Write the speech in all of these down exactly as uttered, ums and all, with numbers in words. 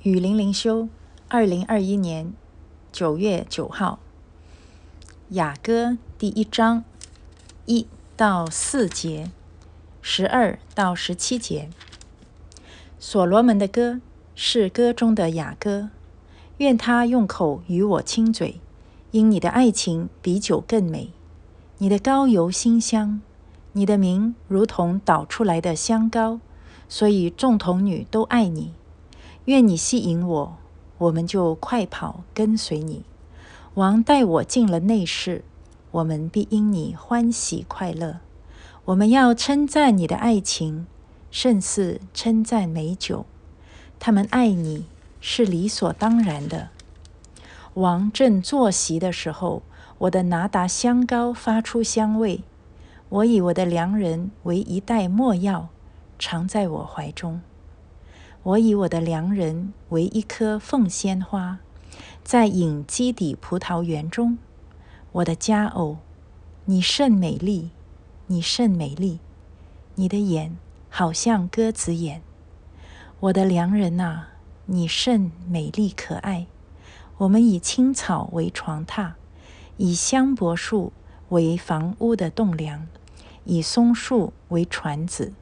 雨林灵修，二零二一年九月九号，雅歌第一章一到四节，十二到十七节。所罗门的歌是歌中的雅歌，愿他用口与我亲嘴，因你的爱情比酒更美，你的膏油馨香，你的名如同倒出来的香膏，所以众童女都爱你。愿你吸引我，我们就快跑跟随你。王带我进了内室，我们必因你欢喜快乐。我们要称赞你的爱情，胜似称赞美酒。他们爱你是理所当然的。王正坐席的时候，我的拿达香膏发出香味。我以我的良人为一袋没药，藏在我怀中。我以我的良人为一棵凤仙花，在隐基底葡萄园中。我的佳偶，你甚美丽，你甚美丽，你的眼好像鸽子眼。我的良人啊，你甚美丽可爱。我们以青草为床榻，以香柏树为房屋的栋梁，以松树为船子。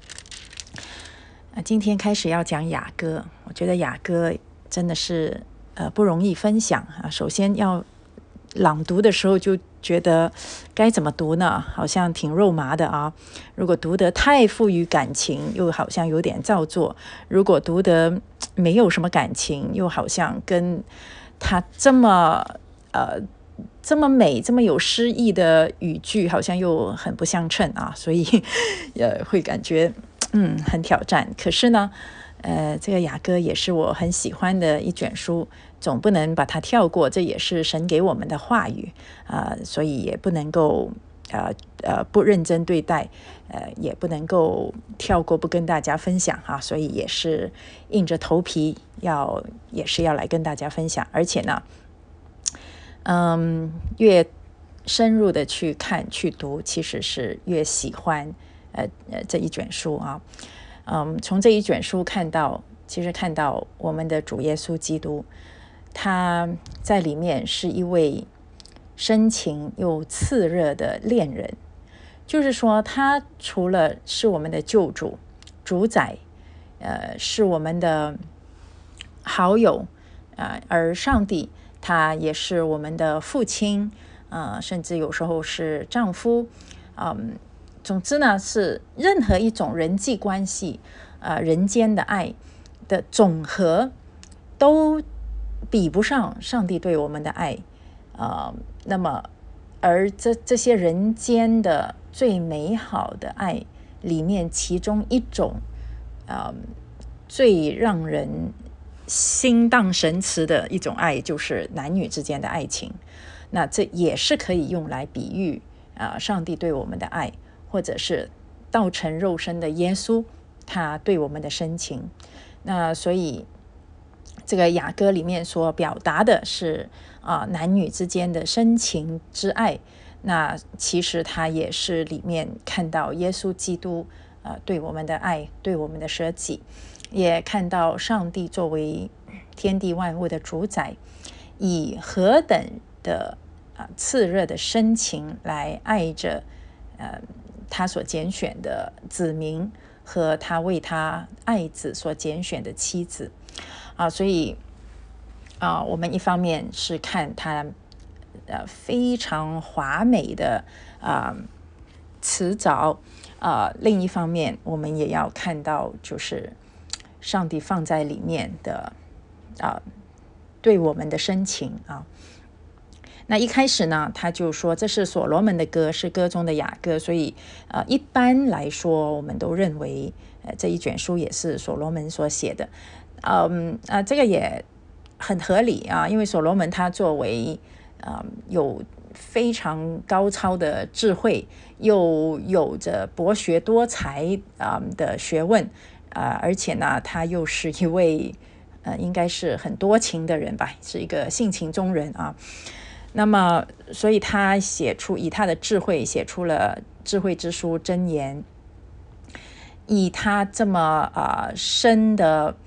今天开始要讲雅歌，我觉得雅歌真的是呃不容易分享啊。首先要朗读的时候就觉得该怎么读呢？好像挺肉麻的啊。如果读得太富于感情，又好像有点造作；如果读得没有什么感情，又好像跟他这么呃这么美、这么有诗意的语句，好像又很不相称啊。所以呃会感觉。嗯，很挑战。可是呢，呃，这个雅歌也是我很喜欢的一卷书，总不能把它跳过，这也是神给我们的话语啊、呃，所以也不能够呃呃不认真对待，呃，也不能够跳过不跟大家分享哈、啊，所以也是硬着头皮要也是要来跟大家分享，而且呢，嗯，越深入的去看去读，其实是越喜欢。呃呃，这一卷书啊，嗯，从这一卷书看到，其实看到我们的主耶稣基督，他在里面是一位深情又炽热的恋人。就是说，他除了是我们的救主、主宰，呃，是我们的好友啊、呃，而上帝他也是我们的父亲啊、呃，甚至有时候是丈夫，嗯。总之呢，是任何一种人际关系，呃，人间的爱的总和，都比不上上帝对我们的爱，呃，那么，而这这些人间的最美好的爱里面，其中一种，呃，最让人心荡神驰的一种爱，就是男女之间的爱情。那这也是可以用来比喻啊、呃，上帝对我们的爱。或者是道成肉身的耶稣，他对我们的深情。那所以这个雅歌里面所表达的是啊、呃、男女之间的深情之爱。那其实他也是里面看到耶稣基督呃对我们的爱，对我们的舍己，也看到上帝作为天地万物的主宰，以何等的啊、呃、炽热的深情来爱着呃。他所拣选的子民和他为他爱子所拣选的妻子啊，所以啊，我们一方面是看他呃非常华美的啊辞藻啊，另一方面我们也要看到就是上帝放在里面的啊对我们的深情啊。那一开始呢，他就说这是所罗门的歌，是歌中的雅歌，所以呃，一般来说，我们都认为呃这一卷书也是所罗门所写的，嗯啊、呃，这个也很合理啊，因为所罗门他作为呃有非常高超的智慧，又有着博学多才啊、呃、的学问啊、呃，而且呢，他又是一位呃应该是很多情的人吧，是一个性情中人啊。那么，所以他写出以他的智慧写出了智慧之书箴言，以他这么呃深的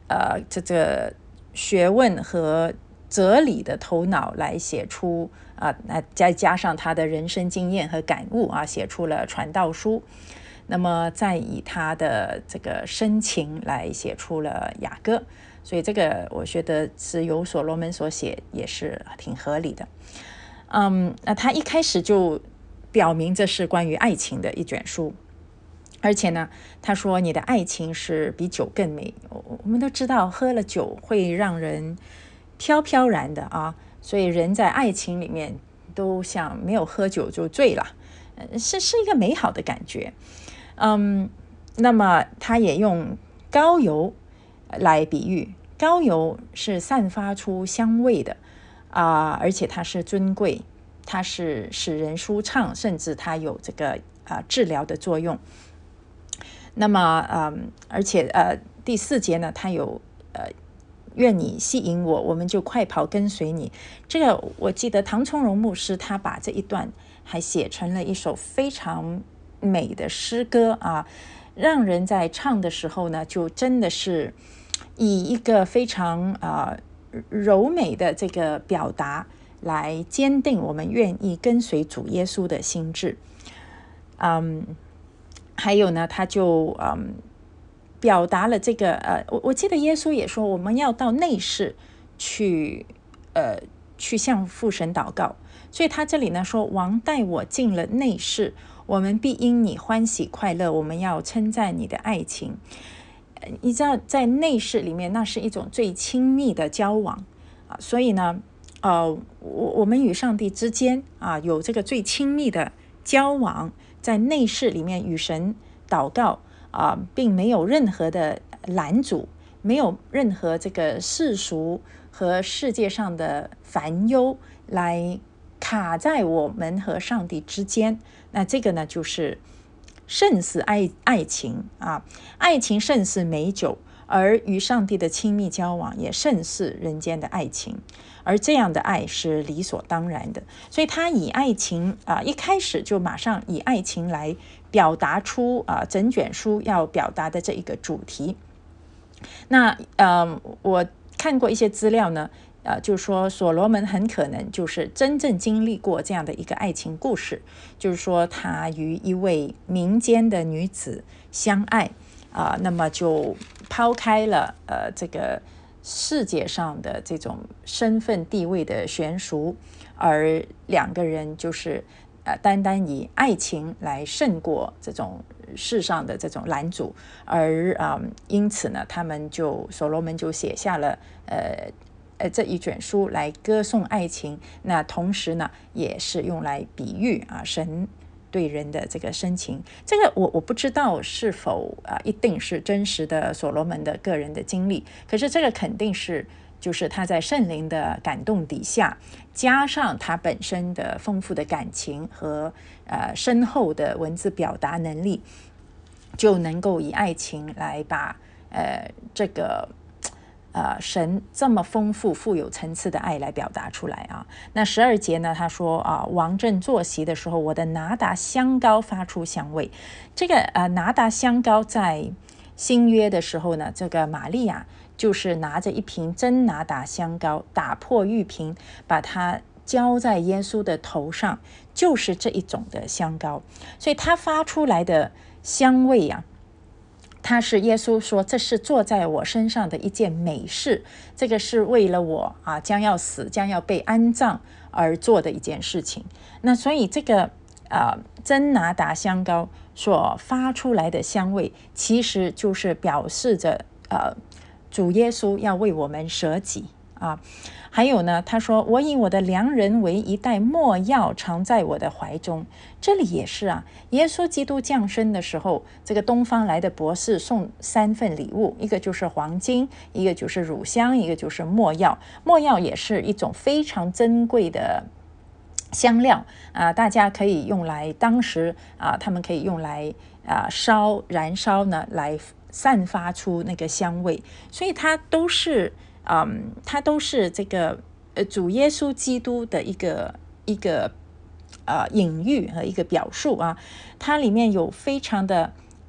呃这个学问和哲理的头脑来写出啊，那再加上他的人生经验和感悟啊，写出了传道书。那么再以他的这个深情来写出了雅歌，所以这个我觉得是由所罗门所写也是挺合理的。嗯，那他一开始就表明这是关于爱情的一卷书，而且呢，他说你的爱情是比酒更美。我们都知道喝了酒会让人飘飘然的啊，所以人在爱情里面都像没有喝酒就醉了，是是一个美好的感觉。嗯，那么他也用膏油来比喻，膏油是散发出香味的啊、呃，而且它是尊贵，它是使人舒畅，甚至它有这个啊、呃、治疗的作用。那么嗯，而且呃第四节呢，它有呃愿你吸引我，我们就快跑跟随你。这个我记得唐从容牧师他把这一段还写成了一首非常美的诗歌啊，让人在唱的时候呢，就真的是以一个非常啊、呃、柔美的这个表达来坚定我们愿意跟随主耶稣的心志。嗯，还有呢，他就嗯表达了这个呃，我我记得耶稣也说，我们要到内室去呃去向父神祷告。所以他这里呢说，王带我进了内室，我们必因你欢喜快乐，我们要称赞你的爱情。你知道在内室里面，那是一种最亲密的交往啊，所以呢呃我我们与上帝之间啊有这个最亲密的交往，在内室里面与神祷告啊，并没有任何的拦阻，没有任何这个世俗和世界上的烦忧来卡在我们和上帝之间。那这个呢，就是胜似爱爱情啊，爱情胜似美酒，而与上帝的亲密交往也胜似人间的爱情，而这样的爱是理所当然的。所以他以爱情啊，一开始就马上以爱情来表达出啊整卷书要表达的这一个主题。那呃，我看过一些资料呢，呃，就是说所罗门很可能就是真正经历过这样的一个爱情故事，就是说他与一位民间的女子相爱啊、呃，那么就抛开了呃这个世界上的这种身份地位的悬殊，而两个人就是呃单单以爱情来胜过这种世上的这种拦阻，而嗯，因此呢，他们就所罗门就写下了呃呃这一卷书来歌颂爱情。那同时呢，也是用来比喻啊神对人的这个深情。这个我我不知道是否啊一定是真实的所罗门的个人的经历，可是这个肯定是就是他在圣灵的感动底下，加上他本身的丰富的感情和呃深厚的文字表达能力，就能够以爱情来把呃这个呃神这么丰富富有层次的爱来表达出来啊。那十二节呢，他说啊，王正坐席的时候，我的拿达香膏发出香味。这个呃拿达香膏在新约的时候呢，这个玛利亚就是拿着一瓶真拿达香膏，打破玉瓶，把它浇在耶稣的头上，就是这一种的香膏。所以它发出来的香味啊，它是耶稣说，这是做在我身上的一件美事，这个是为了我啊将要死将要被安葬而做的一件事情。那所以这个呃真拿达香膏所发出来的香味，其实就是表示着呃主耶稣要为我们舍己啊。还有呢，他说我以我的良人为一袋没药藏在我的怀中。这里也是啊，耶稣基督降生的时候，这个东方来的博士送三份礼物，一个就是黄金，一个就是乳香，一个就是没药。没药也是一种非常珍贵的香料啊、呃，大家可以用来当时啊、呃，他们可以用来啊、呃、烧燃烧呢，来散发出那个香味。所以它都是嗯，它都是这个呃主耶稣基督的一个一个呃隐喻和一个表述啊。它里面有非常的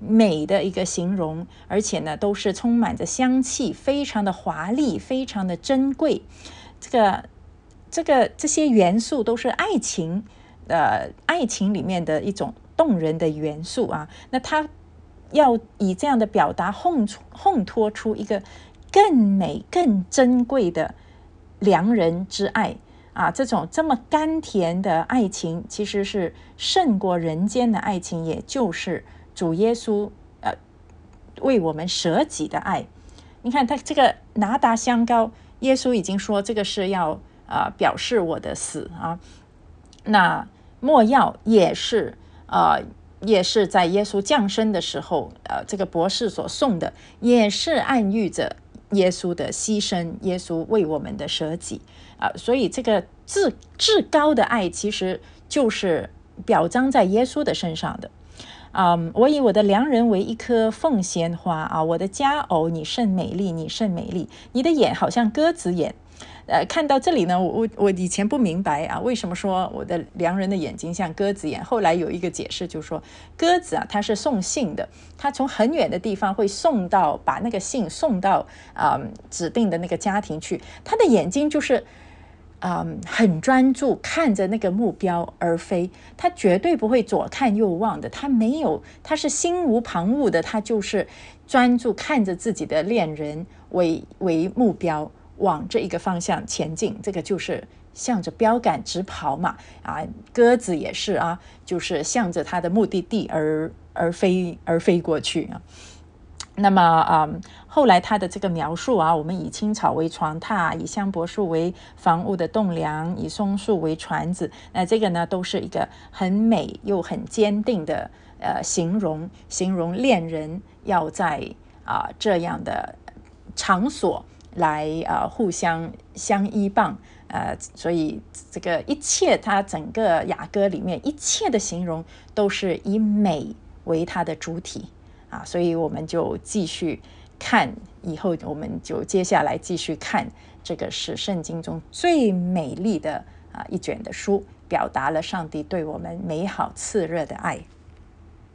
美的一个形容，而且呢都是充满着香气，非常的华丽，非常的珍贵。这个这个这些元素都是爱情呃爱情里面的一种动人的元素啊。那他要以这样的表达烘烘托出一个更美更珍贵的良人之爱啊，这种这么甘甜的爱情，其实是胜过人间的爱情，也就是主耶稣呃为我们舍己的爱。你看他这个拿达香膏，耶稣已经说这个是要呃表示我的死啊。那没药也是呃也是在耶稣降生的时候，呃这个博士所送的，也是暗喻着耶稣的牺牲，耶稣为我们的舍己啊、呃，所以这个至至高的爱其实就是表彰在耶稣的身上的。嗯，我以我的良人为一颗凤仙花啊，我的佳偶，你甚美丽，你甚美丽，你的眼好像鸽子眼。呃，看到这里呢，我我以前不明白啊，为什么说我的良人的眼睛像鸽子眼？后来有一个解释，就是说鸽子啊，它是送信的，它从很远的地方会送到，把那个信送到啊、嗯、指定的那个家庭去，它的眼睛就是嗯，很专注看着那个目标而飞，他绝对不会左看右望的，他没有，他是心无旁骛的，他就是专注看着自己的恋人为为目标，往这一个方向前进，这个就是向着标杆直跑嘛。啊，鸽子也是啊，就是向着它的目的地而而飞而飞过去啊。那么嗯，后来他的这个描述啊，我们以青草为床榻，以香柏树为房屋的栋梁，以松树为船子，那这个呢都是一个很美又很坚定的呃形容，形容恋人要在啊、呃、这样的场所来呃互相相依傍。呃，所以这个一切，它整个雅歌里面一切的形容都是以美为它的主体啊，所以我们就继续看，以后我们就接下来继续看，这个是圣经中最美丽的啊一卷的书，表达了上帝对我们美好炽热的爱。